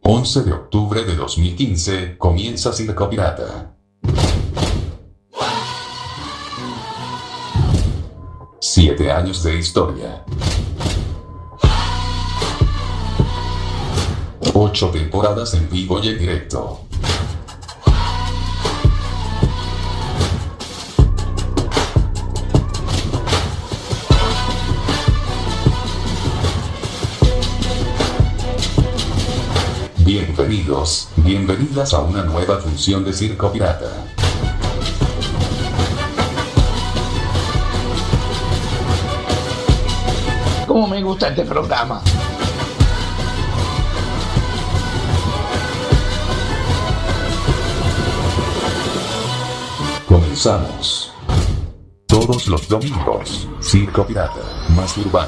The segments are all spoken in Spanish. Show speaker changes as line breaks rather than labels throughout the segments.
11 de octubre de 2015, comienza Circo Pirata. 7 años de historia. 8 temporadas en vivo y en directo. Bienvenidos, bienvenidas a una nueva función de Circo Pirata.
¿Cómo me gusta este programa?
Comenzamos. Todos los domingos, Circo Pirata, más urbana.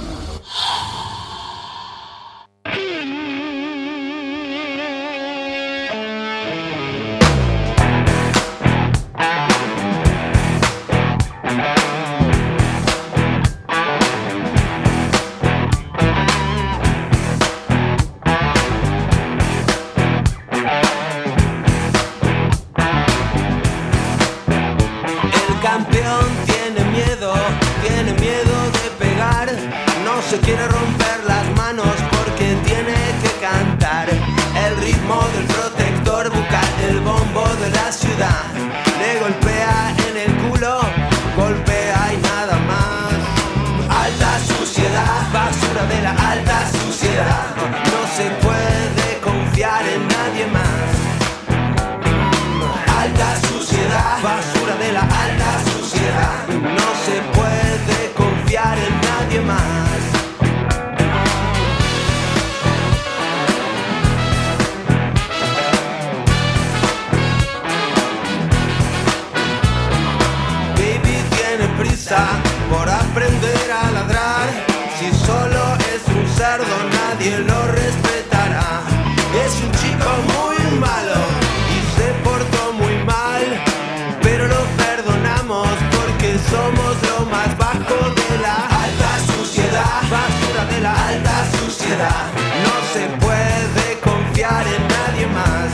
Por aprender a ladrar, si solo es un cerdo nadie lo respetará. Es un chico muy malo y se portó muy mal, pero lo perdonamos porque somos lo más bajo de la alta suciedad. Basura de la alta suciedad. No se puede confiar en nadie más.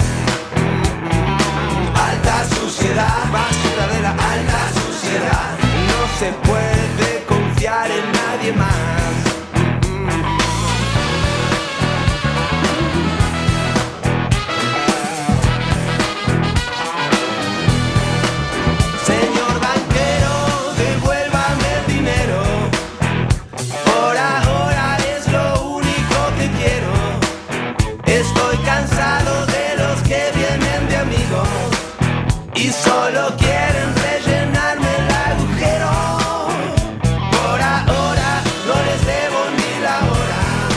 Alta suciedad. Basura de la alta suciedad. No se puede confiar en nadie más. Señor banquero, devuélvame el dinero. Por ahora es lo único que quiero. Estoy cansado de los que vienen de amigos y solo quieren rellenarme el agujero. Por ahora no les debo ni la hora.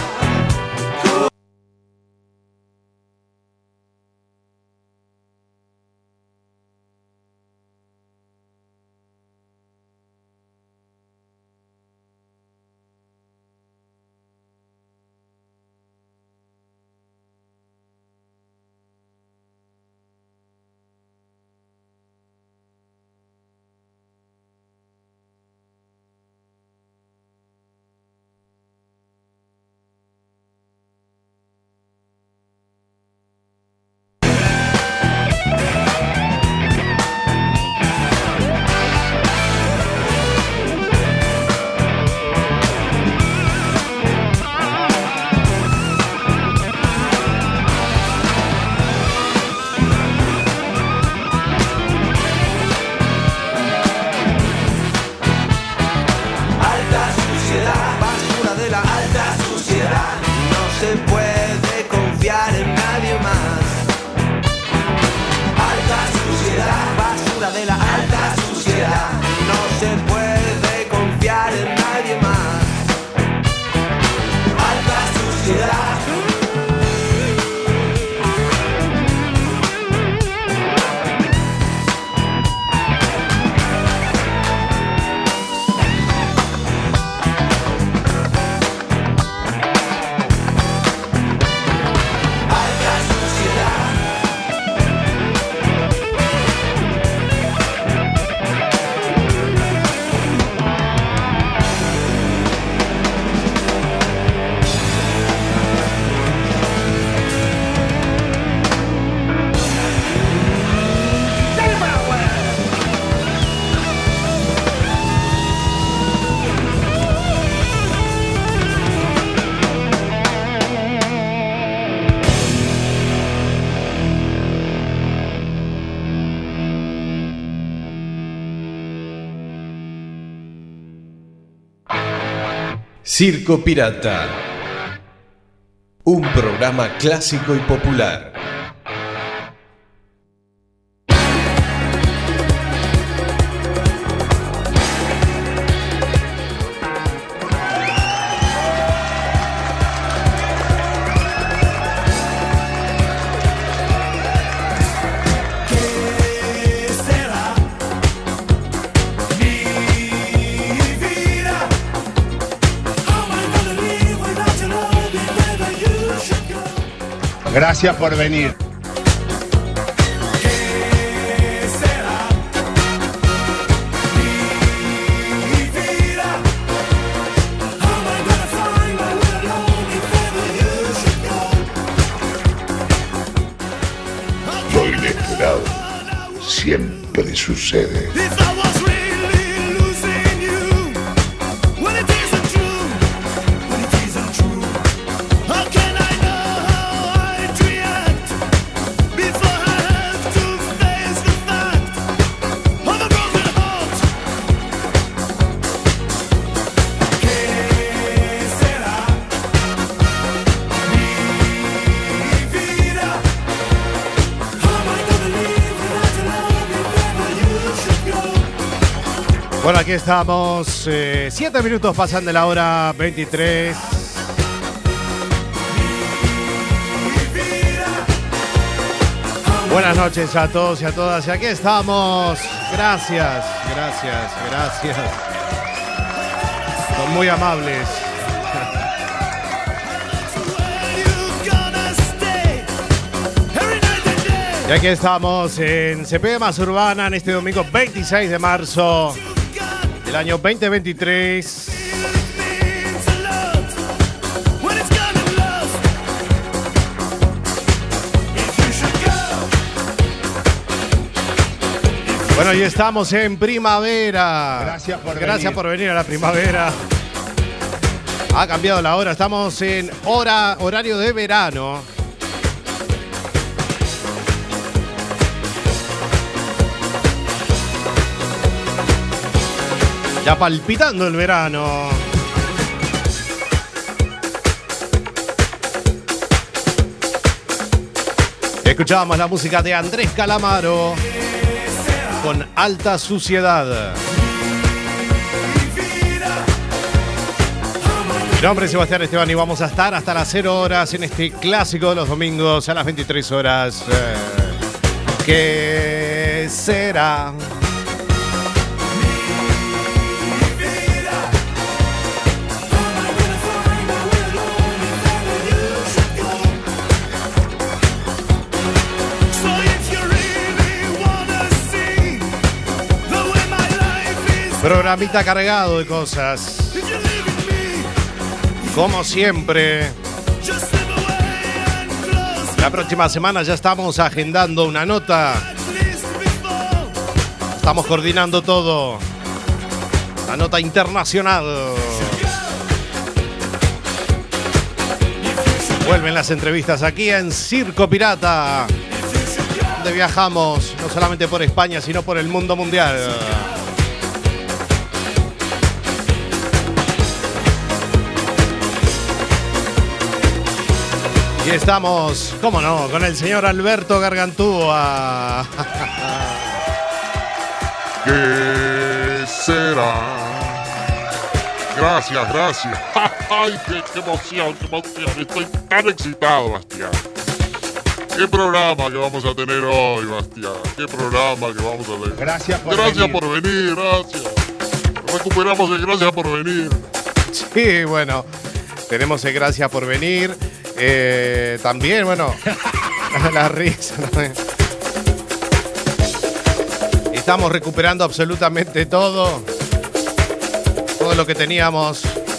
Alta suciedad, basura de la alta suciedad. No se puede confiar en nadie más. Alta suciedad, basura de la alta suciedad. No se puede confiar en nadie más. Alta suciedad. Alta suciedad.
Circo Pirata, un programa clásico y popular.
Gracias por venir.
Lo inesperado siempre sucede.
Bueno, aquí estamos, 7 minutos pasan de la hora 23. Buenas noches a todos y a todas. Y aquí estamos. Gracias. Son muy amables. Y aquí estamos en CP Más Urbana en este domingo 26 de marzo. El año 2023. Bueno, y estamos en primavera. Gracias por venir a la primavera. Ha cambiado la hora, estamos en horario de verano. Ya palpitando el verano. Escuchábamos la música de Andrés Calamaro con Alta Suciedad. Mi nombre es Sebastián Esteban y vamos a estar hasta las 0 horas en este clásico de los domingos a las 23 horas. ¿Qué será? Programita cargado de cosas. Como siempre. La próxima semana ya estamos agendando una nota. Estamos coordinando todo. La nota internacional. Vuelven las entrevistas aquí en Circo Pirata, donde viajamos no solamente por España, sino por el mundo mundial. Y estamos, cómo no, con el señor Alberto Gargantúa.
¿Qué será? Gracias. Ay, qué emoción. Estoy tan excitado, Bastián. ¿Qué programa que vamos a tener hoy, Bastián? ¿Qué programa que vamos a tener?
Gracias
por venir, gracias. Recuperamos el gracias por venir.
Sí, bueno, tenemos el gracias por venir. También, bueno, la risa. Estamos recuperando absolutamente todo lo que teníamos,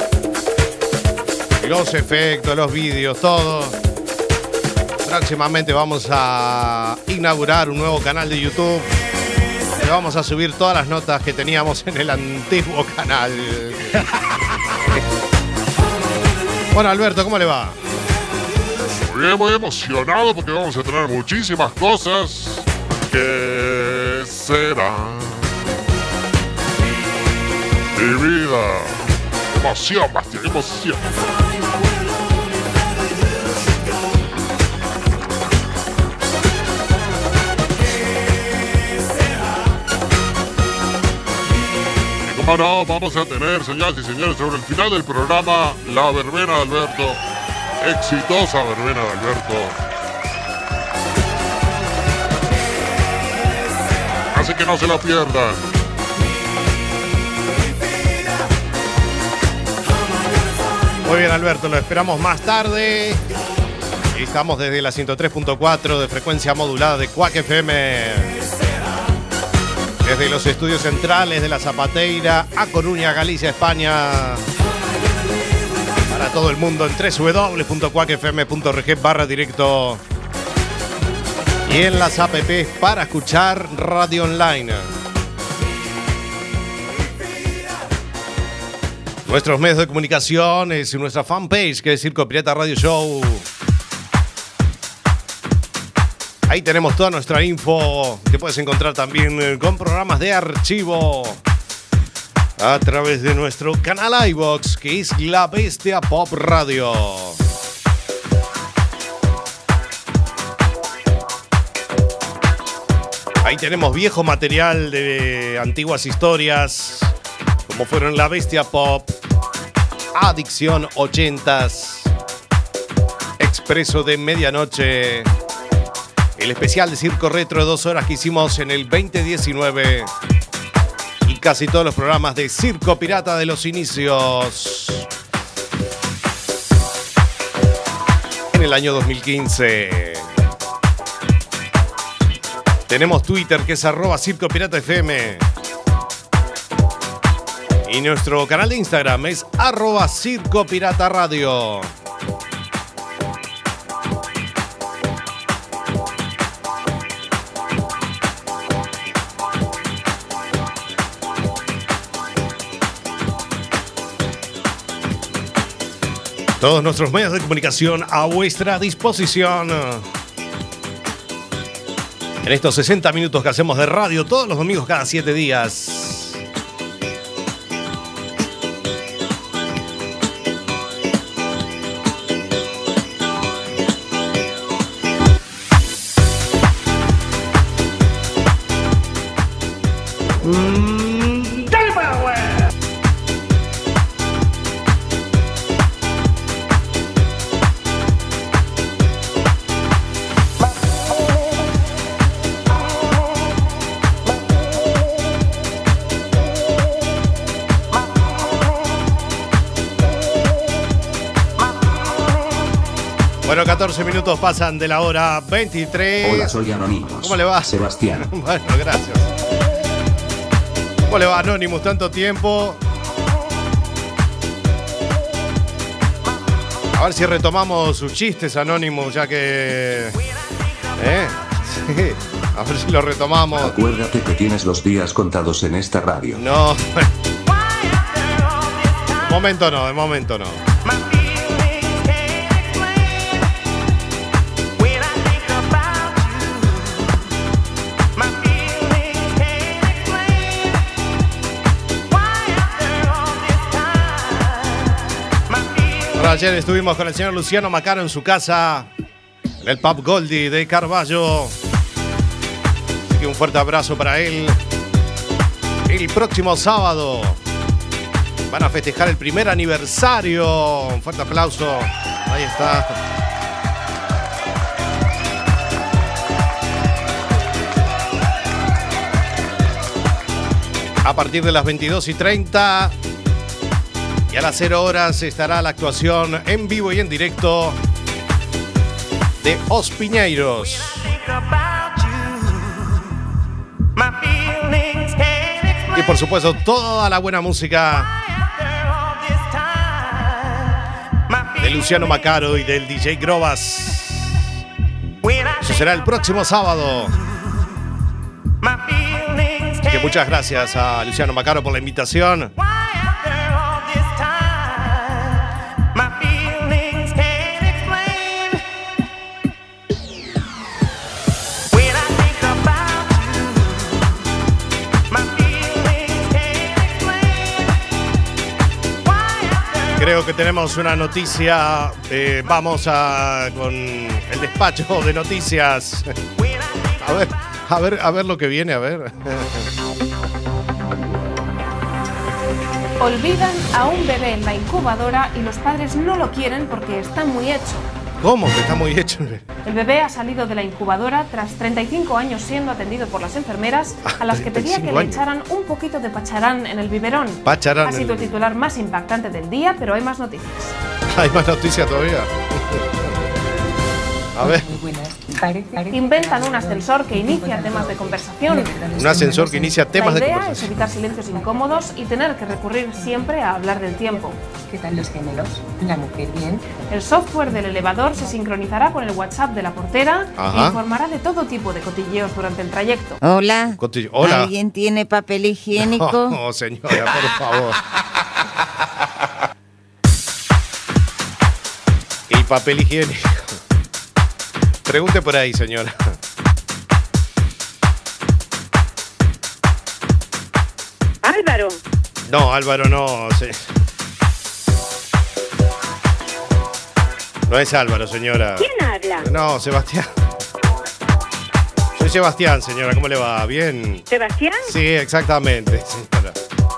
los efectos, los vídeos, todo. Próximamente vamos a inaugurar un nuevo canal de YouTube. Le vamos a subir todas las notas que teníamos en el antiguo canal. Bueno, Alberto, ¿cómo le va?
Muy emocionado porque vamos a tener muchísimas cosas. ¿Qué será? Mi vida. emoción, Bastián, qué emoción. Como no, vamos a tener, señoras y señores, sobre el final del programa, la verbena de Alberto. Exitosa verbena de Alberto. Así que no se la pierdan.
Muy bien, Alberto, lo esperamos más tarde. Estamos desde la 103.4 de frecuencia modulada de Quack FM. Desde los estudios centrales de La Zapateira a Coruña, Galicia, España. Para todo el mundo en www.quackfm.org/directo. Y en las apps para escuchar radio online. Nuestros medios de comunicación es nuestra fanpage, que es Circo Pirata Radio Show. Ahí tenemos toda nuestra info, que puedes encontrar también con programas de archivo a través de nuestro canal iVoox, que es La Bestia Pop Radio. Ahí tenemos viejo material de antiguas historias, como fueron La Bestia Pop, Adicción 80s, Expreso de Medianoche, el especial de Circo Retro de 2 horas que hicimos en el 2019 y casi todos los programas de Circo Pirata de los inicios en el año 2015. Tenemos Twitter, que es @Circo Pirata FM. Y nuestro canal de Instagram es @Circo Pirata Radio. Todos nuestros medios de comunicación a vuestra disposición. En estos 60 minutos que hacemos de radio todos los domingos cada 7 días.
¡Dale para la web!
Bueno, 14 minutos pasan de la hora 23.
Hola, soy Anonymous.
¿Cómo le va?
Sebastián.
Bueno, gracias. ¿Cómo le va, Anonymous? Tanto tiempo. A ver si retomamos sus chistes, Anonymous, ya que... Sí, a ver si lo retomamos.
Acuérdate que tienes los días contados en esta radio.
No. De momento no. Ayer estuvimos con el señor Luciano Macaro en su casa, en el Pub Goldie de Carballo. Así que un fuerte abrazo para él. El próximo sábado van a festejar el primer aniversario. Un fuerte aplauso. Ahí está. A partir de las 22:30 y a las 0 horas estará la actuación en vivo y en directo de Os Piñeiros. Y por supuesto toda la buena música de Luciano Macaro y del DJ Grobas. Eso será el próximo sábado. Así que muchas gracias a Luciano Macaro por la invitación. Creo que tenemos una noticia. Vamos con el despacho de noticias. A ver lo que viene, a ver.
Olvidan a un bebé en la incubadora y los padres no lo quieren porque está muy hecho.
¿Cómo que está muy hecho?
El bebé ha salido de la incubadora tras 35 años siendo atendido por las enfermeras, a las que pedía que le echaran un poquito de pacharán en el biberón.
Pacharán.
Ha sido el titular más impactante del día, pero hay más noticias.
Hay más noticias todavía. A ver.
Inventan un ascensor que inicia temas de conversación.
Un ascensor que inicia temas de conversación.
La idea es evitar silencios incómodos y tener que recurrir siempre a hablar del tiempo.
¿Qué tal los gemelos? ¿La mujer bien?
El software del elevador se sincronizará con el WhatsApp de la portera e informará de todo tipo de cotilleos durante el trayecto.
Hola.
Hola.
¿Alguien tiene papel higiénico?
No, señora, por favor. Y papel higiénico. Pregunte por ahí, señora.
Álvaro.
No, Álvaro no. No es Álvaro, señora.
¿Quién habla?
No, Sebastián. Soy Sebastián, señora. ¿Cómo le va? ¿Bien?
¿Sebastián?
Sí, exactamente, señora.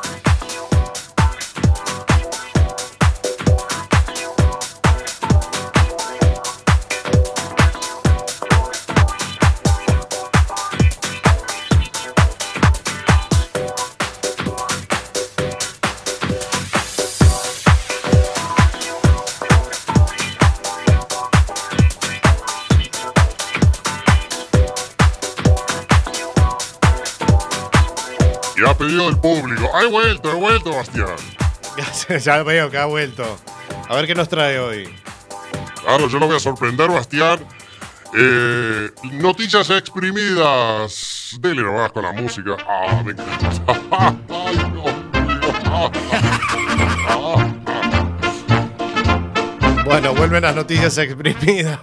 Y ha pedido del público. He vuelto, Bastián.
Ya veo que ha vuelto. A ver qué nos trae hoy.
Claro, yo lo voy a sorprender, Bastián. Noticias exprimidas. Dele nomás con la música. Ah, me encanta. Ay, no.
Bueno, vuelven las noticias exprimidas.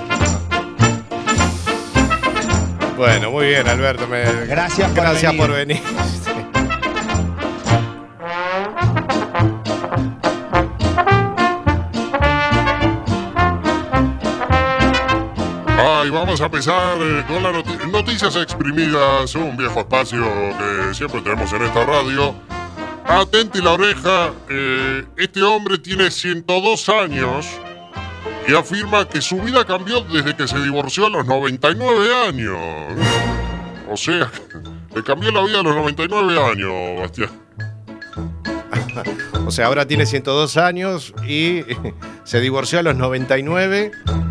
Bueno, muy bien, Alberto.
Gracias
por venir.
Ay, vamos a empezar con las noticias exprimidas, un viejo espacio que siempre tenemos en esta radio. Atente la oreja, este hombre tiene 102 años y afirma que su vida cambió desde que se divorció a los 99 años. O sea, le cambió la vida a los 99 años, Bastián.
O sea, ahora tiene 102 años y se divorció a los 99.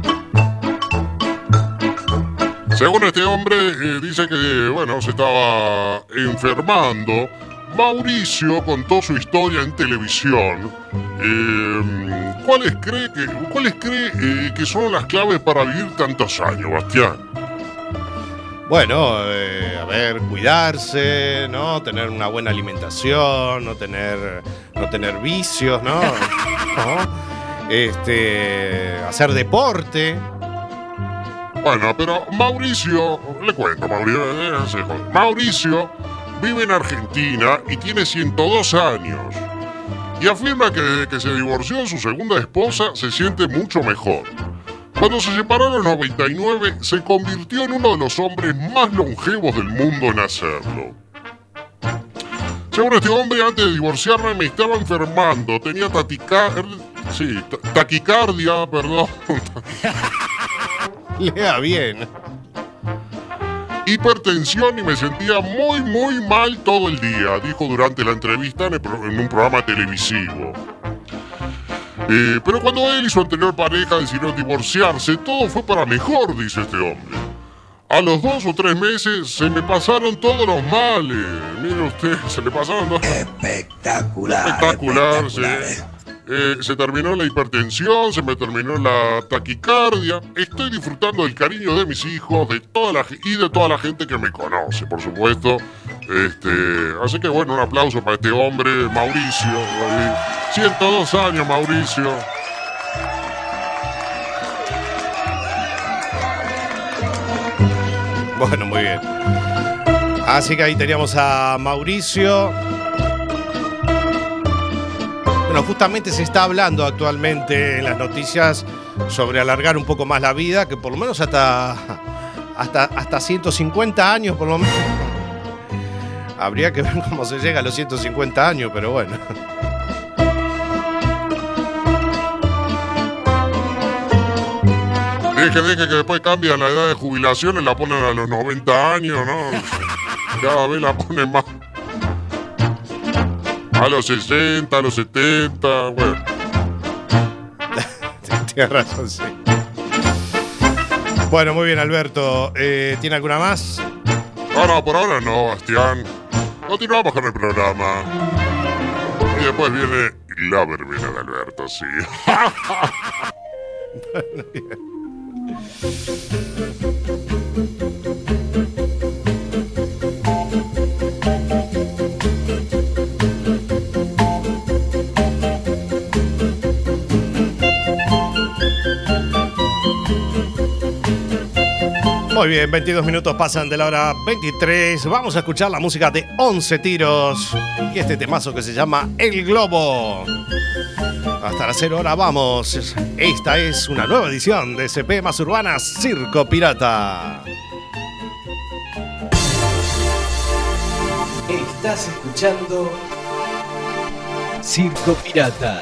Según este hombre, dice que, bueno, se estaba enfermando. Mauricio contó su historia en televisión. ¿Cuáles cree que son las claves para vivir tantos años, Bastián?
Bueno, a ver, cuidarse, ¿no? Tener una buena alimentación, no tener vicios, ¿no? Hacer deporte.
Bueno, pero Mauricio, le cuento, Mauricio vive en Argentina y tiene 102 años. Y afirma que desde que se divorció de su segunda esposa se siente mucho mejor. Cuando se separó a los 99, se convirtió en uno de los hombres más longevos del mundo en hacerlo. Según este hombre, antes de divorciarme me estaba enfermando. Tenía taquicardia, perdón.
Lea bien.
Hipertensión y me sentía muy, muy mal todo el día, dijo durante la entrevista en un programa televisivo. Pero cuando él y su anterior pareja decidieron divorciarse, todo fue para mejor, dice este hombre. A los 2 o 3 meses se me pasaron todos los males. Mire usted, se le pasaron todos. Espectacular, sí. Se terminó la hipertensión, se me terminó la taquicardia. Estoy disfrutando del cariño de mis hijos, de toda la gente que me conoce, por supuesto. Así que bueno, un aplauso para este hombre, Mauricio. 102 años, Mauricio.
Bueno, muy bien. Así que ahí teníamos a Mauricio. Bueno, justamente se está hablando actualmente en las noticias sobre alargar un poco más la vida, que por lo menos hasta 150 años, por lo menos. Habría que ver cómo se llega a los 150 años, pero bueno.
Dije que después cambian la edad de jubilación y la ponen a los 90 años, ¿no? Cada vez la ponen más. A los 60, a los 70, bueno.
Tienes razón, sí. Bueno, muy bien, Alberto. ¿Tiene alguna más?
No, por ahora no, Bastián. Continuamos con el programa. Y después viene la verbena de Alberto, sí.
Bueno, bien. Muy bien, 22 minutos pasan de la hora 23. Vamos a escuchar la música de 11 Tiros y este temazo que se llama El Globo. Hasta las 0 horas vamos. Esta es una nueva edición de SP Más Urbanas Circo Pirata.
Estás escuchando Circo Pirata.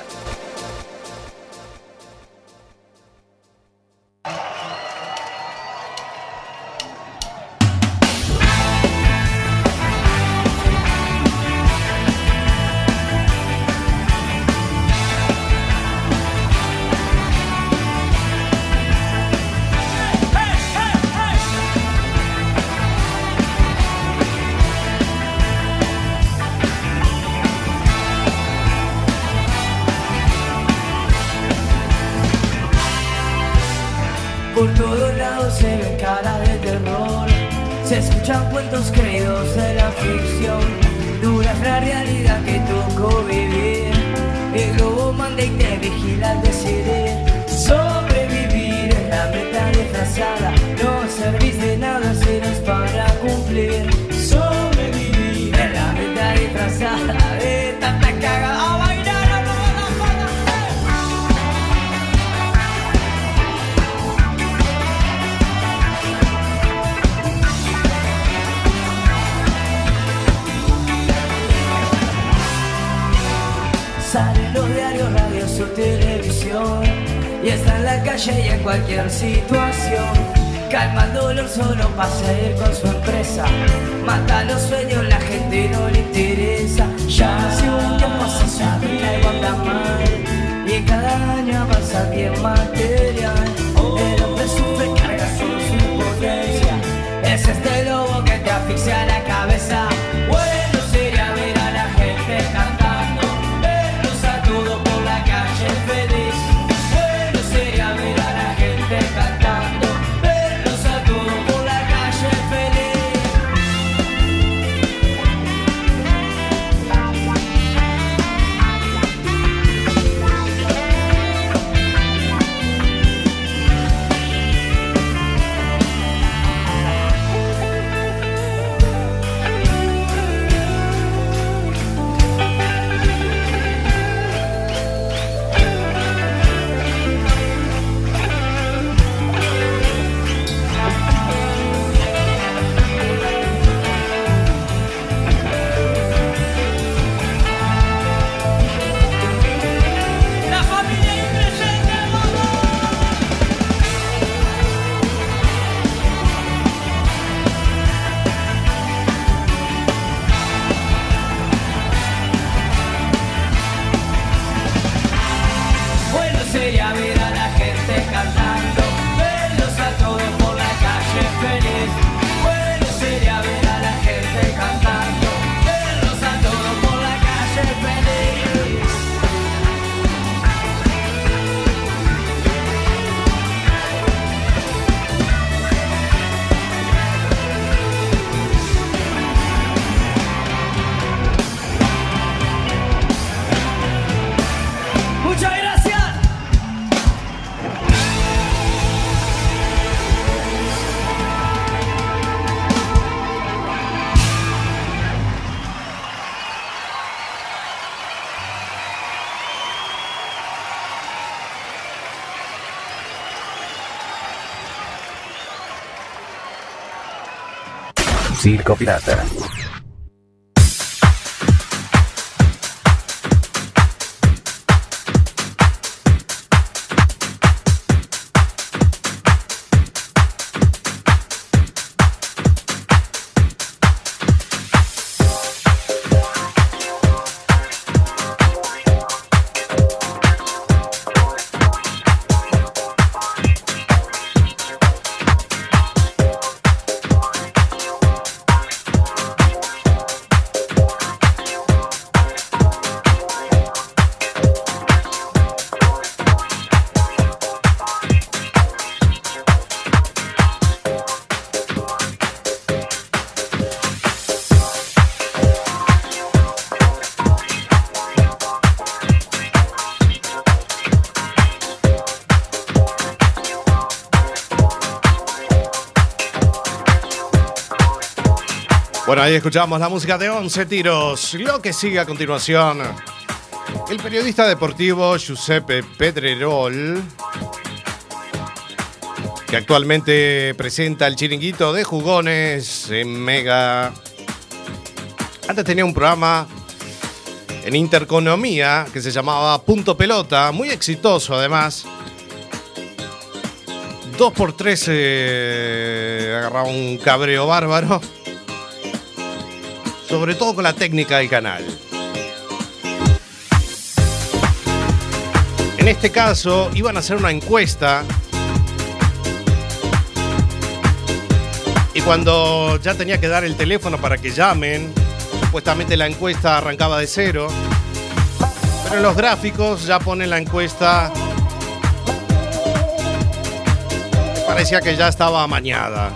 Por todos lados se ven caras de terror, se escuchan cuentos creídos de la ficción. Dura es la realidad que tocó vivir. El globo manda y te vigila al decidir. Sobrevivir es la meta disfrazada, no servís de nada si no es para cumplir. Sobrevivir es la meta disfrazada de tanta cagada. A bailar a la salen los diarios, radios o televisión, y está en la calle y en cualquier situación. Calma el dolor solo para seguir con su empresa. Mata los sueños, la gente no le interesa. Ya si un día pasa sabe que algo anda mal, y cada año avanza bien material. El hombre sufre, carga con su impotencia. Es este lobo que te asfixia la cabeza. Bueno sería ver a la gente cantando, verlos a todos por la calle feliz. Bueno sería ver a la gente cantando, verlos a todos por la calle feliz.
Circo Pirata.
Bueno, ahí escuchamos la música de 11 tiros. Lo que sigue a continuación, el periodista deportivo Giuseppe Pedrerol, que actualmente presenta el Chiringuito de Jugones en Mega. Antes tenía un programa en Intereconomía que se llamaba Punto Pelota, muy exitoso además. 2x3 agarraba un cabreo bárbaro. Sobre todo con la técnica del canal. En este caso, iban a hacer una encuesta. Y cuando ya tenía que dar el teléfono para que llamen, supuestamente la encuesta arrancaba de 0. Pero en los gráficos ya ponen la encuesta. Parecía que ya estaba amañada.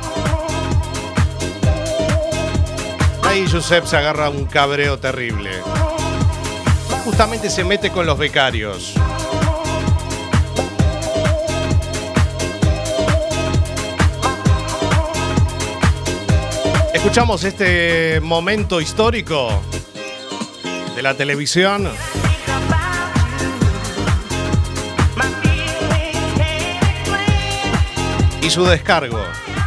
Ahí Giuseppe se agarra un cabreo terrible. Justamente se mete con los becarios. Escuchamos este momento histórico de la televisión. Y su descargo.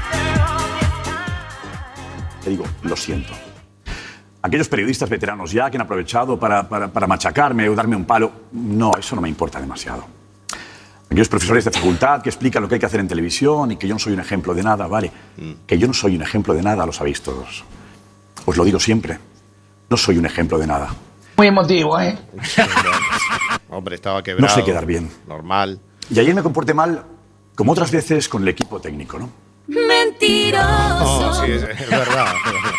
Te digo, lo siento. Aquellos periodistas veteranos ya que han aprovechado para machacarme o darme un palo, no, eso no me importa demasiado. Aquellos profesores de facultad que explican lo que hay que hacer en televisión y que yo no soy un ejemplo de nada, vale. Que yo no soy un ejemplo de nada, lo sabéis todos. Os lo digo siempre, no soy un ejemplo de nada.
Muy emotivo, ¿eh?
Hombre, estaba quebrado.
No sé quedar bien.
Normal.
Y ayer me comporté mal, como otras veces, con el equipo técnico, ¿no?
Mentiroso.
Oh, sí, es verdad.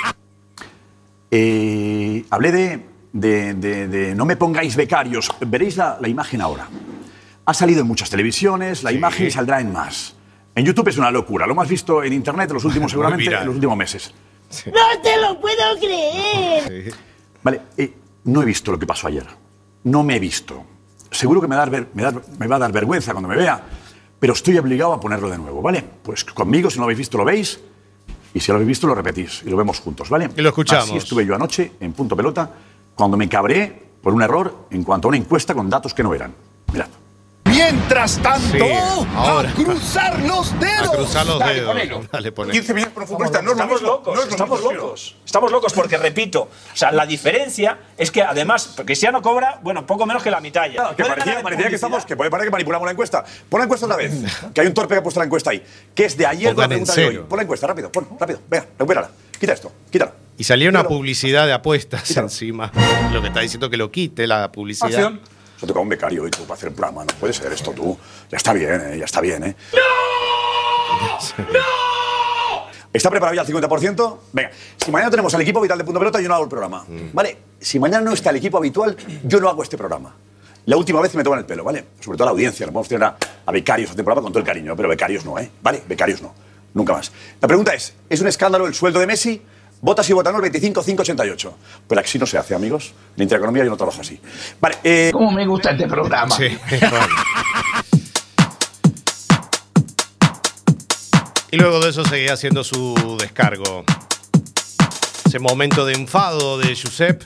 Hablé de no me pongáis becarios. Veréis la imagen ahora. Ha salido en muchas televisiones, la imagen saldrá en más. En YouTube es una locura. Lo hemos visto en internet en los últimos, seguramente, en los últimos meses.
Sí. ¡No te lo puedo creer!
Sí. Vale, no he visto lo que pasó ayer. No me he visto. Seguro que me va a dar vergüenza cuando me vea, pero estoy obligado a ponerlo de nuevo, ¿vale? Pues conmigo, si no lo habéis visto, lo veis. Y si lo habéis visto, lo repetís y lo vemos juntos, ¿vale?
Y lo escuchamos.
Así estuve yo anoche en Punto Pelota cuando me cabreé por un error en cuanto a una encuesta con datos que no eran. Mirad.
Mientras tanto,
Sí, ahora.
a cruzar los dedos.
A cruzar los
Dale,
dedos.
ponelo.
Dale, ponelo.
15 millones por futbolista, no es lo
Estamos
mismo.
locos,
No es lo
estamos
mismo.
locos. Estamos locos porque, repito, o sea, la diferencia es que además Cristiano cobra, bueno, poco menos que la mitad ya.
Que parecía que estamos, que puede parecer que manipulamos la encuesta. Pon la encuesta otra vez. Que hay un torpe que ha puesto la encuesta ahí. Que es de ayer con la
Pongan en
pregunta de hoy.
serio.
Pon la encuesta, rápido, rápido. Venga, recupérala. Quita esto, quítala.
Y salió una
Quítalo.
publicidad de apuestas encima. Lo que está diciendo que lo quite la publicidad.
Acción. Se toca un becario hoy tú para hacer el programa. No puede ser esto tú. Ya está bien, ya está bien, ¿eh? ¿Está preparado ya al 50%? Venga, si mañana tenemos al equipo habitual de Punto Pelota, yo no hago el programa. ¿Vale? Si mañana no está el equipo habitual, yo no hago este programa. La última vez me toman el pelo, ¿vale? Sobre todo la audiencia. No podemos tener a becarios a este programa con todo el cariño, pero becarios no, ¿eh? ¿Vale? Becarios no. Nunca más. La pregunta es un escándalo el sueldo de Messi? Vota sí, vota no, el 25,588. Pero así no se hace, amigos. En Intereconomía yo no trabajo así. Vale,
¿Cómo me gusta este programa?
Sí, bueno. Y luego de eso seguía haciendo su descargo. Ese momento de enfado de Giuseppe.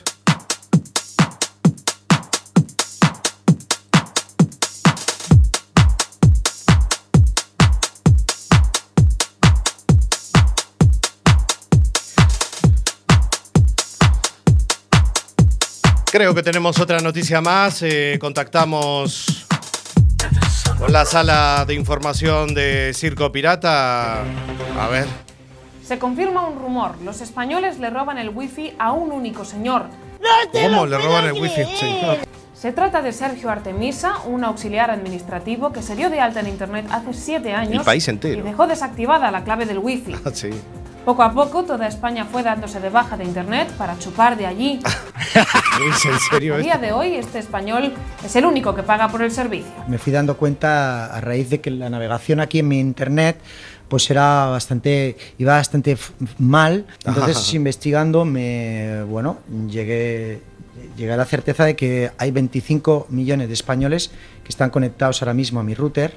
Creo que tenemos otra noticia más. Contactamos con la sala de información de Circo Pirata. A ver.
Se confirma un rumor. Los españoles le roban el wifi a un único señor.
¿Cómo le roban el wifi? Sí.
Se trata de Sergio Artemisa, un auxiliar administrativo que se dio de alta en internet hace 7 años.
El país entero.
Y dejó desactivada la clave del wifi.
Sí.
Poco a poco, toda España fue dándose de baja de internet para chupar de allí.
¿Es en serio
A
esto?
día de hoy, este español es el único que paga por el servicio.
Me fui dando cuenta a raíz de que la navegación aquí en mi internet pues iba bastante mal. Entonces, investigando, llegué a la certeza de que hay 25 millones de españoles que están conectados ahora mismo a mi router.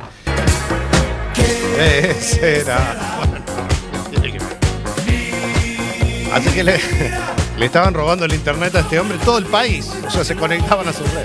¿Qué será? Así que le estaban robando el internet a este hombre todo el país. O sea, se conectaban a su red.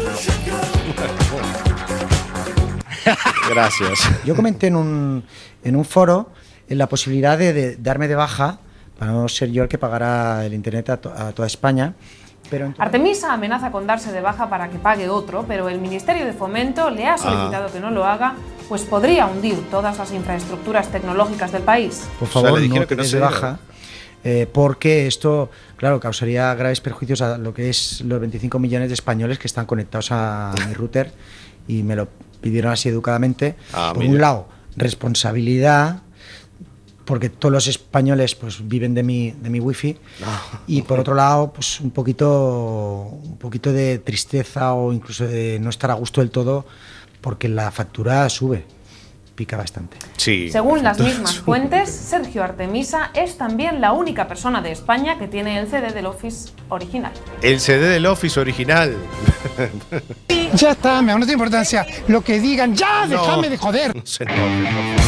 Gracias.
Yo comenté en un foro la posibilidad de darme de baja para no ser yo el que pagara el internet a toda España. Pero
Artemisa amenaza con darse de baja para que pague otro, pero el Ministerio de Fomento le ha solicitado que no lo haga, pues podría hundir todas las infraestructuras tecnológicas del país.
Por favor, no te des de baja. Porque esto, claro, causaría graves perjuicios a lo que es los 25 millones de españoles que están conectados a mi router y me lo pidieron así educadamente. Por un lado, responsabilidad, porque todos los españoles pues viven de mi wifi, y por otro lado, pues un poquito de tristeza o incluso de no estar a gusto del todo, porque la factura sube. Pica bastante.
Sí.
Según las mismas fuentes, Sergio Artemisa es también la única persona de España que tiene el CD del Office original.
El CD del Office original.
Ya está, me da una importancia. Lo que digan, ya, déjame de joder.
No se enoje,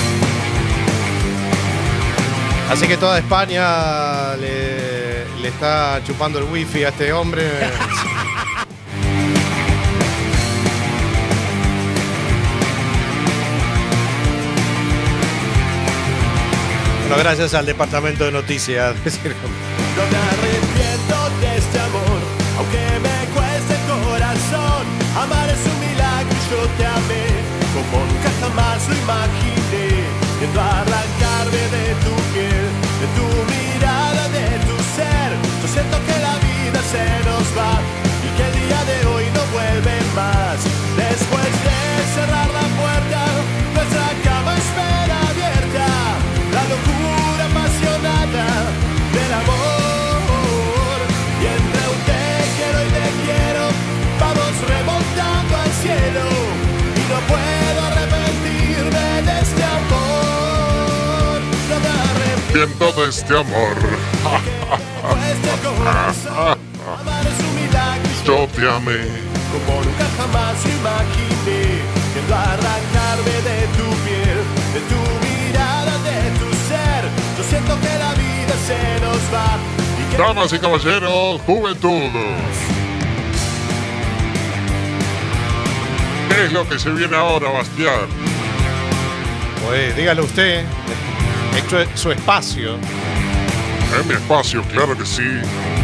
Así que toda España le está chupando el wifi a este hombre. Bueno, gracias al departamento de noticias.
No me arrepiento de este amor, aunque me cueste el corazón. Amar es un milagro y yo te amé como nunca jamás lo imaginé. Viendo arrancarme de tu piel, de tu mirada, de tu ser. Yo siento que la vida se nos va y que el día de hoy no vuelve más. Después de cerrar la puerta, nuestra cama espera abierta. La locura apasionada del amor. Y entre un te quiero y te quiero, vamos remontando al cielo. Y no puedo arrepentirme de este amor. No me arrepiento
de este amor. Yo te amé
como nunca jamás imaginé. Viendo arrancarme de tu piel, de tu mirada, de tu ser. Yo siento que la vida se nos va.
Damas y caballeros, juventud. ¿Qué es lo que se viene ahora, Bastián?
Pues dígalo usted. Esto es su espacio.
En mi espacio, claro que sí.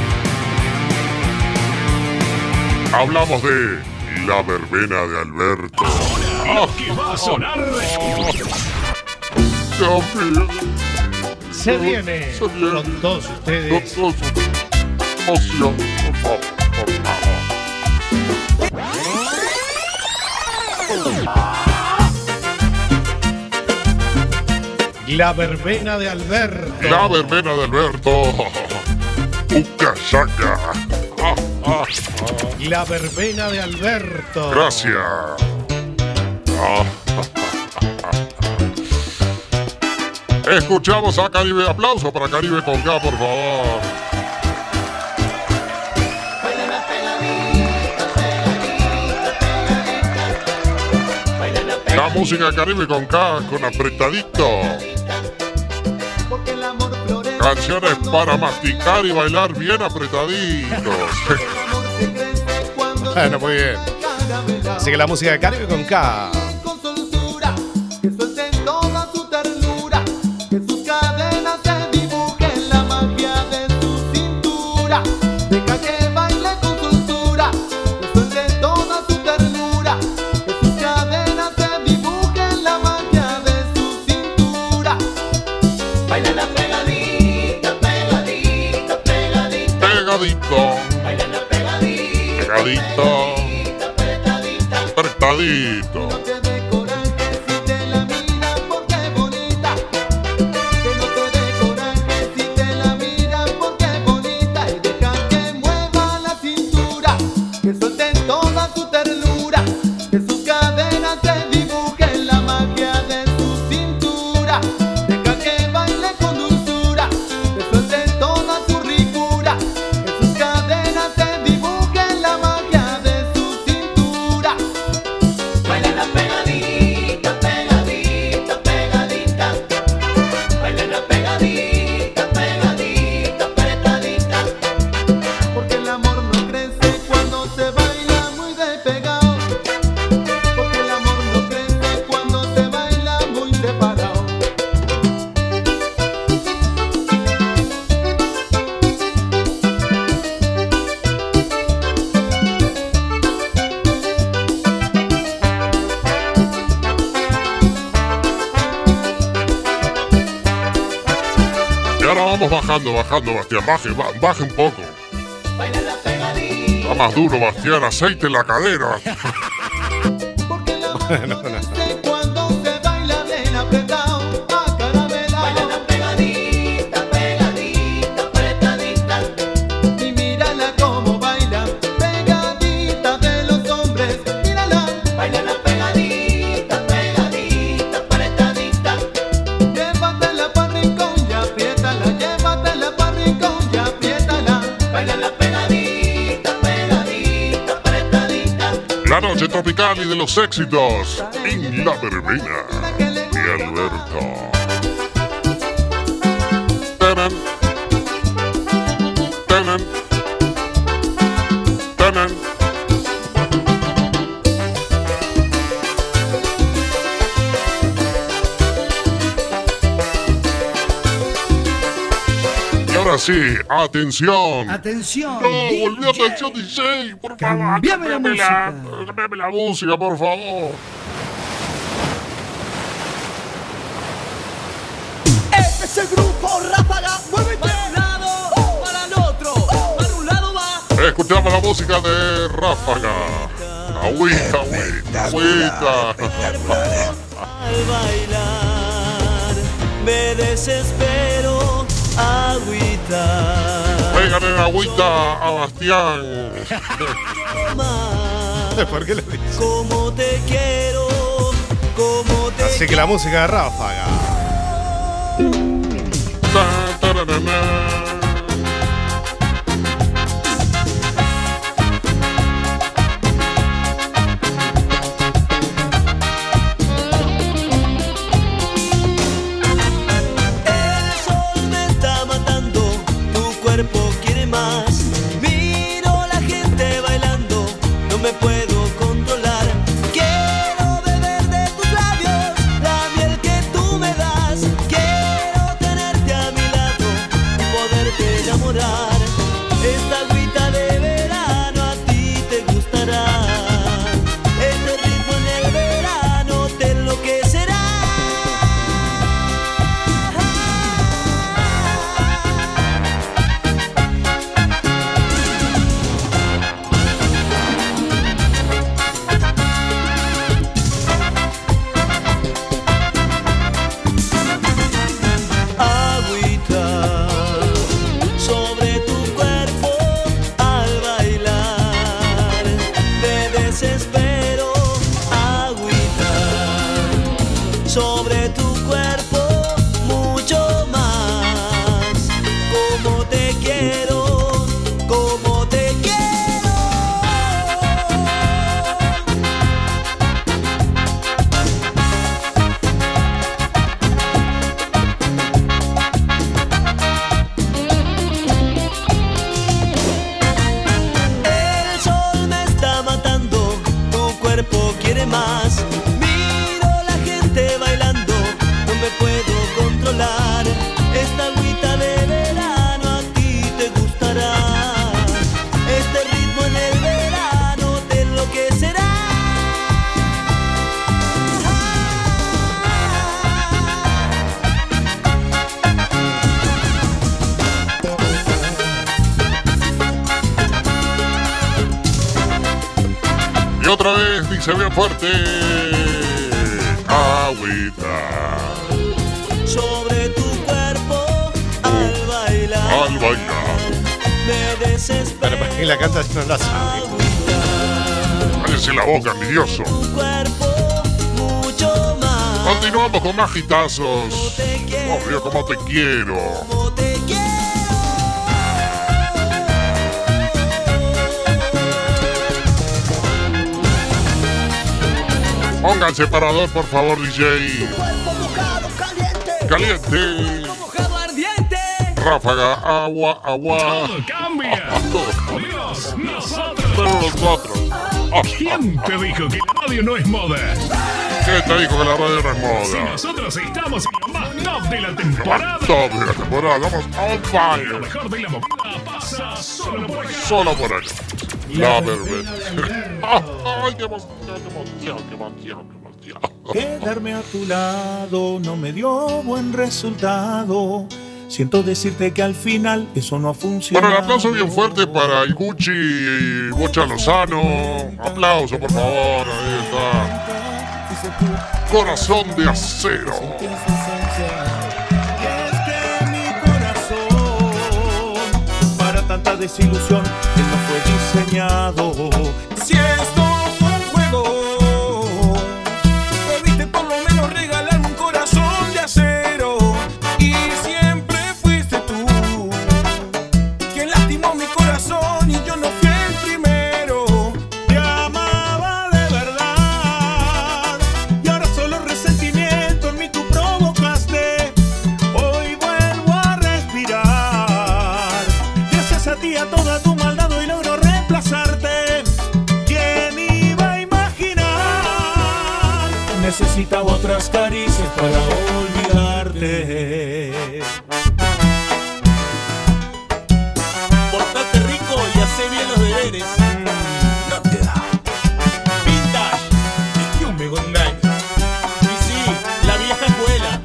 Hablamos de La Verbena de Alberto.
Lo que va a sonar.
Dios mío.
Se viene con todos ustedes.
Emoción, por favor.
La Verbena de Alberto.
La Verbena de Alberto. Ucachaca.
La Verbena de Alberto.
Gracias. Escuchamos a Caribe. Aplauso para Caribe con K, por favor. La música Caribe con K, con apretadito. Canciones para masticar y bailar bien apretaditos.
Bueno, muy bien. Así que la música de Caribe con K.
pegadito. Pegadito. Apretadito. Bajando, Bastián, baje un poco. Está más duro, Bastián, aceite en la cadera.
Bueno, cuando se baila bien apretado, acaramela. Baila pegadita, pegadita, apretadita. Y mírala como baila, pegadita de los hombres, mírala. Baila pegadita, pegadita, apretadita. Llévatela pa' rincón y apriétala, llévatela pa' rincón y apriétala. Baila pegadita, pegadita, apretadita.
La noche tropical y de los éxitos en La Verbena de Alberto. Tanan. Tanan. Tanan. Y ahora sí, atención.
Atención.
No, volvió atención, DJ, por favor.
Cambiame la música.
Cambiame la música, por favor.
Este es el grupo Ráfaga, muévete para un lado, para el otro, para un lado va.
Escuchamos la música de Ráfaga. Agüita, agüita.
Al bailar, me desespero, agüita.
Pégale agüita a Bastián.
¿Por qué lo dices?
Como te quiero, como te
Así que la música de Ráfaga.
El sol me está matando, tu cuerpo quiere más. Miro la gente bailando, no me puedo controlar. Quiero beber de tus labios, la miel que tú me das. Quiero tenerte a mi lado y
Y otra vez dice bien fuerte. Agüita.
Sobre tu cuerpo al bailar.
Al bailar.
Me desespero.
Pero ¿para qué la cantas si no la sabe?
Cállese la boca, envidioso. Continuamos con más hitazos. Obvio, como te quiero. Ponga el separador, por favor, DJ. Caliente. Ráfaga, agua, agua.
Todo cambia. Dios, nosotros.
Pero nosotros.
¿Quién te dijo que la radio no es moda?
¿Quién te dijo que la radio no es
Si
moda?
nosotros estamos en lo más top de la temporada.
Top de la temporada, vamos on
Lo
fire.
mejor de la movida pasa solo por acá.
Solo por acá. La verbena. Ay, qué emoción, qué emoción, qué emoción, qué emoción.
Quedarme a tu lado no me dio buen resultado. Siento decirte que al final eso no ha funcionado.
Bueno, el aplauso bien fuerte para el Gucci y Bocha Lozano. Aplauso, por favor. Ahí está. Corazón de acero.
Para tanta desilusión, él no fue diseñado. Si esto fue un juego, debiste por lo menos regalarme un corazón de acero. Y siempre fuiste tú quien lastimó mi corazón y yo no fui el primero. Te amaba de verdad y ahora solo resentimiento en mí tú provocaste. Hoy vuelvo a respirar. Gracias a ti, a toda tu maldad hoy logro reemplazarte. ¿Quién iba a imaginar? Necesitaba otras caricias para olvidarte. Portate rico y hace bien los deberes. No te da. Vintage. Excuse me, good night. Y sí, la vieja escuela.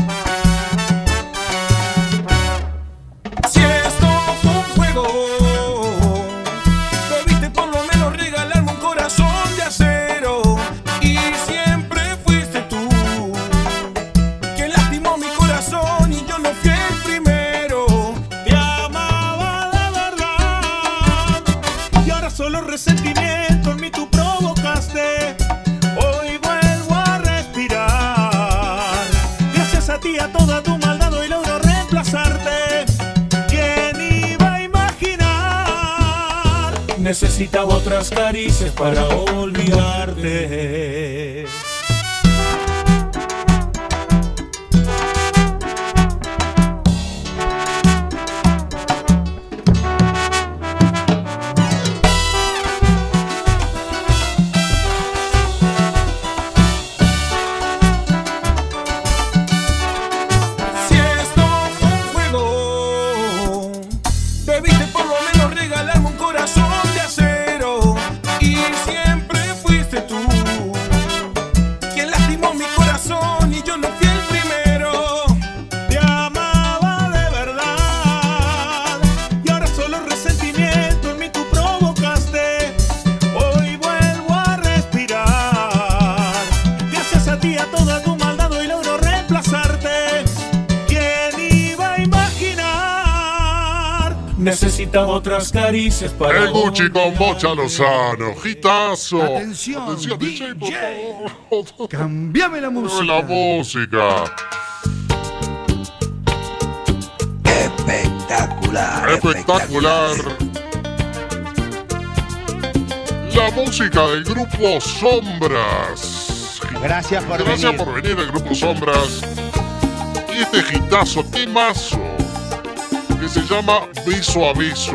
Si esto fue un juego, debiste por lo menos regalarme un corazón de acero. Y siempre fuiste tú quien lastimó mi corazón y yo no fui el primero. Te amaba de verdad y ahora solo resentimiento en mí tú provocaste. Hoy vuelvo a respirar. Gracias a ti, a toda tu maldad hoy logro reemplazarte. ¿Quién iba a imaginar? Necesitaba otras caricias para olvidarte. Si esto fue un juego, debiste por lo menos regalarme un corazón de acero. Y siempre fuiste tú quien lastimó mi corazón y yo no fui el primero. Te amaba de verdad y ahora solo resentimiento en mí tú provocaste. Hoy vuelvo a respirar. Gracias a ti, a toda tu maldad hoy logro reemplazarte. ¿Quién iba a imaginar? Necesitaba otras caricias para
El Gucci con Bocha Lozano. Hitazo.
Atención,
DJ, por favor.
Cambiame la música.
La música.
Espectacular.
Espectacular. La música del grupo Sombras.
Gracias por
Gracias
venir.
por venir el grupo Sombras. Y este hitazo, temazo, que se llama Beso a Beso.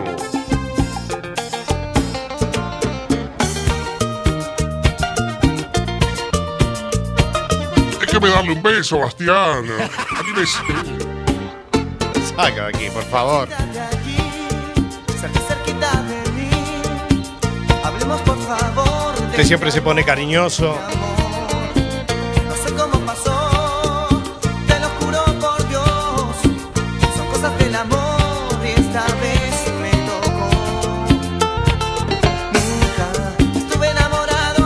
Déjeme darle un beso, Bastián. Anímese.
Saca de aquí, por favor.
Cerquita de mí. Hablemos por favor.
Usted siempre se pone cariñoso.
No sé cómo pasó, te lo juro por Dios. Son cosas del amor y esta vez me tocó. Nunca estuve enamorado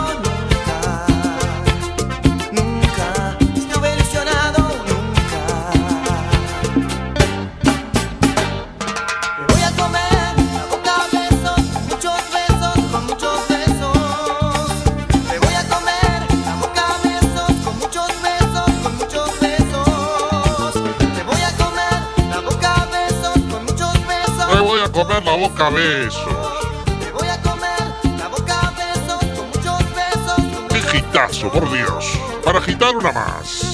comer la boca a besos. ¡Qué hitazo, por Dios! Para agitar una más.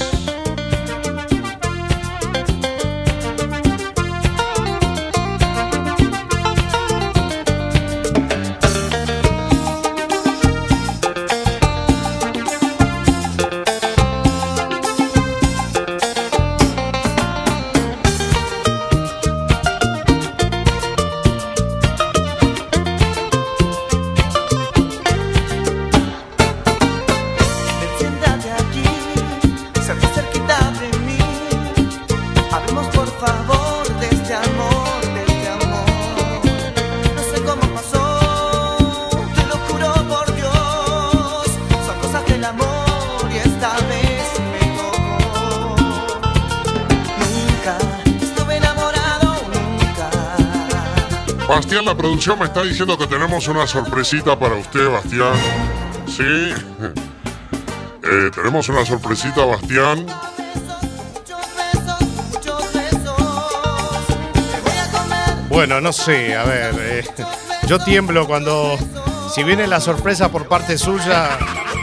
Bastián, la producción me está diciendo que tenemos una sorpresita para usted, Bastián. Sí. Tenemos una sorpresita, Bastián.
Bueno, no sé, a ver. Yo tiemblo cuando. Si viene la sorpresa por parte suya.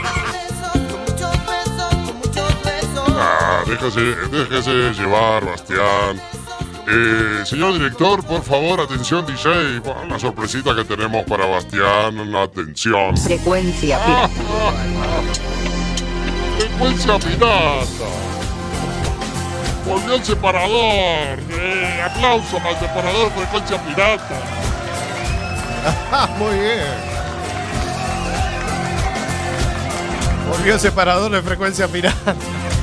Déjese llevar, Bastián. Señor director, por favor, atención DJ, la sorpresita que tenemos para Bastián, atención.
Frecuencia pirata.
Frecuencia pirata. Volvió el separador. Aplauso para el separador Frecuencia pirata.
Muy bien. Volvió el separador de Frecuencia pirata.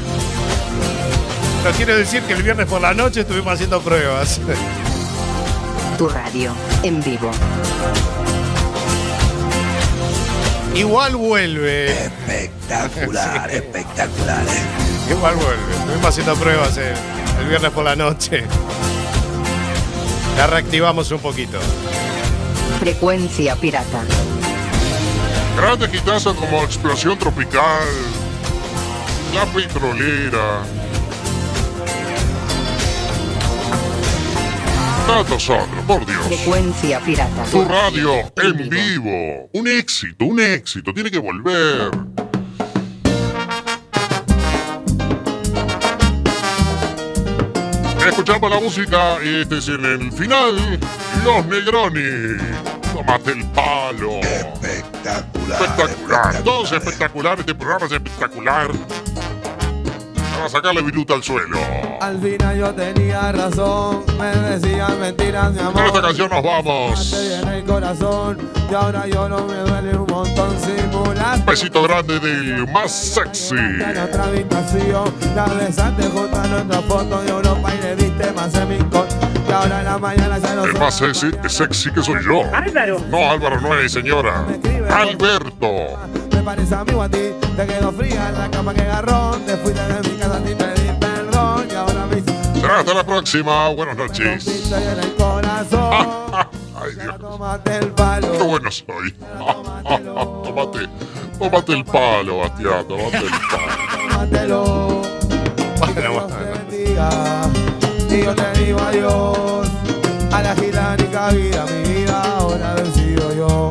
No quiero decir que el viernes por la noche estuvimos haciendo pruebas.
Tu radio, en vivo.
Igual vuelve.
Espectacular,
Sí.
espectacular.
Igual vuelve. Estuvimos haciendo pruebas el viernes por la noche. La reactivamos un poquito.
Frecuencia pirata.
Grandes quitazos como Explosión Tropical, La Petrolera. Tantos otros, por Dios.
Frecuencia pirata.
Tu radio en vivo. Un éxito, tiene que volver. Escuchamos la música y este es en el final. Los Negroni. Tómate el palo. Espectacular. Todo es espectacular. Este programa es espectacular. Para sacarle viruta al suelo.
Al final yo tenía razón, me decían mentiras, mi amor.
Con esta canción nos vamos.
Te llena el corazón y ahora yo no me duele un montón simular.
Un besito grande del más sexy.
En otra habitación, la besaste junto a nuestra foto de Europa y le diste más semicón. Y ahora en la mañana ya no
El más sexy que soy yo.
Álvaro.
No, Álvaro no es, señora. Alberto.
me parece amigo a ti. Te quedó fría en la cama, que garrón. Te fuiste de mi casa sin pedir perdón y ahora me
Será hasta la próxima. Buenas noches.
en el corazón.
Ay, Dios.
Tómate el palo.
Qué bueno soy. Tómate el palo, Bastián. Tómate el palo.
Tómatelo. Que Dios te bendiga. Y yo te digo adiós a la giránica vida, mi vida ahora decido yo.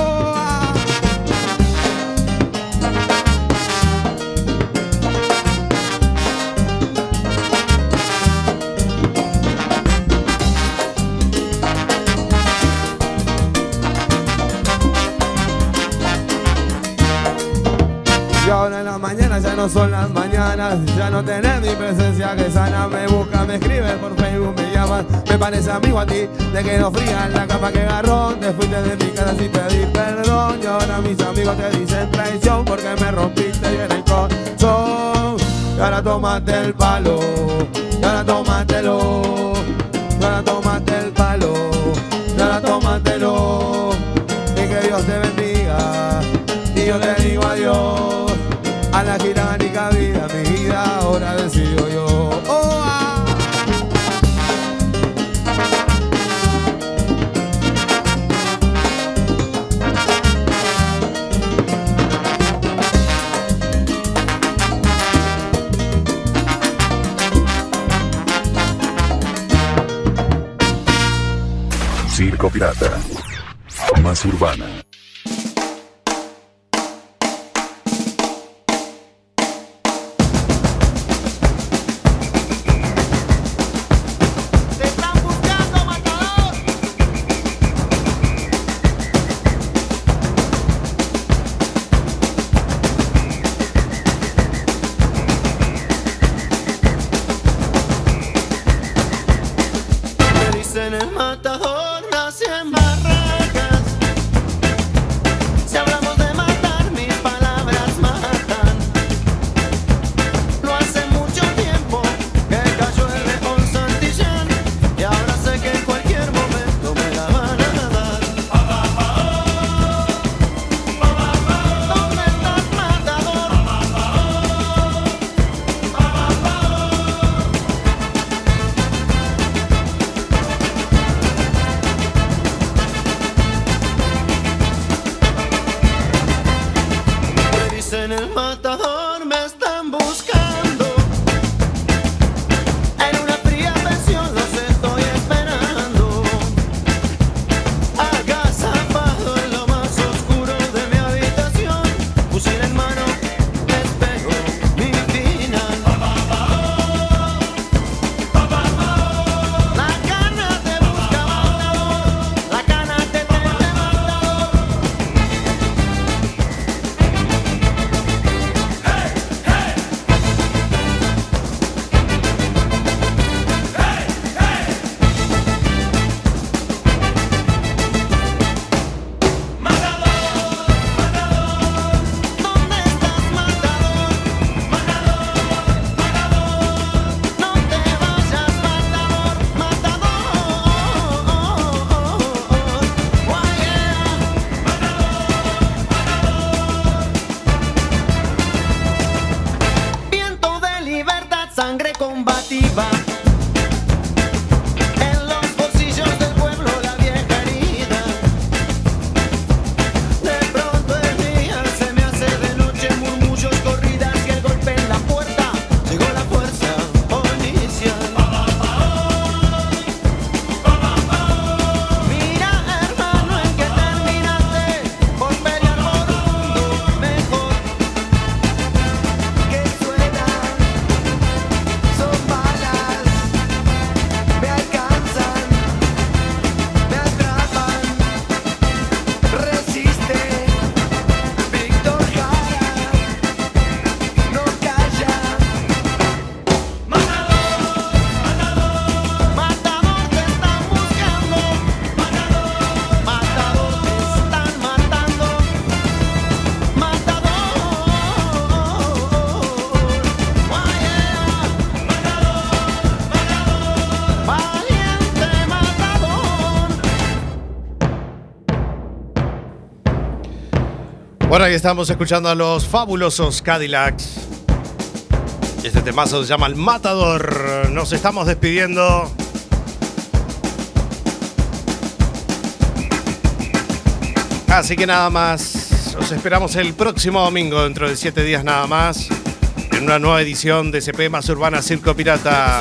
Y ahora en la mañana ya no son las mañanas. Ya no tenés mi presencia que sana. Me busca, me escribe por Facebook, me llamas. Me parece amigo a ti. Te quedó fría en la cama, que garrón. Te fuiste de mi casa sin pedir perdón. Y ahora mis amigos te dicen traición porque me rompiste y en el corazón. Y ahora tómate el palo. Y ahora tómatelo. Y ahora tómate el palo. Y ahora tómatelo. Y que Dios te bendiga. Y yo te digo adiós a la giránica vida, mi vida ahora decido yo.
Circo Pirata. Más urbana.
Me dicen el matador, nací en Barracas. Si hablamos de matar, mis palabras matan. No hace mucho tiempo que cayó el león Santillán, y ahora sé que en cualquier momento me la van a dar. ¿Dónde estás, matador? Me dicen el matador, me están buscando. En una fría pensión los estoy esperando. Agazapado en lo más oscuro de mi habitación, fusil en mano, espero mi final. La cana te busca, matador. La cana te teme, matador. Viento de libertad, sangre combativa. En los bolsillos del pueblo la vieja herida. De pronto el día se me hace de noche, murmullos, corridas y el golpe en la puerta. Llegó la fuerza policial. Mira, hermano, en que terminaste por pelear por un mundo mejor. Que suena, son balas, me alcanzan, me atrapan. Resiste, Víctor Jara, no calla. Matador, te están buscando. Matador, te están matando. Matador, valiente matador.
Bueno, ahí estamos escuchando a los fabulosos Cadillacs. Este temazo se llama El Matador. Nos estamos despidiendo. Así que nada más. Los esperamos el próximo domingo, dentro de 7 días nada más, en una nueva edición de CP Más Urbana Circo Pirata.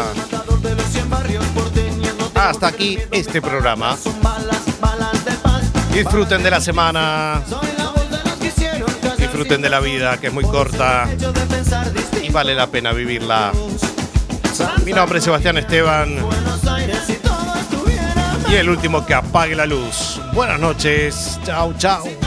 Hasta aquí este programa. Disfruten de la semana. Disfruten de la vida, que es muy corta y vale la pena vivirla. Mi nombre es Sebastián Esteban. Y el último que apague la luz. Buenas noches. Chao, chao.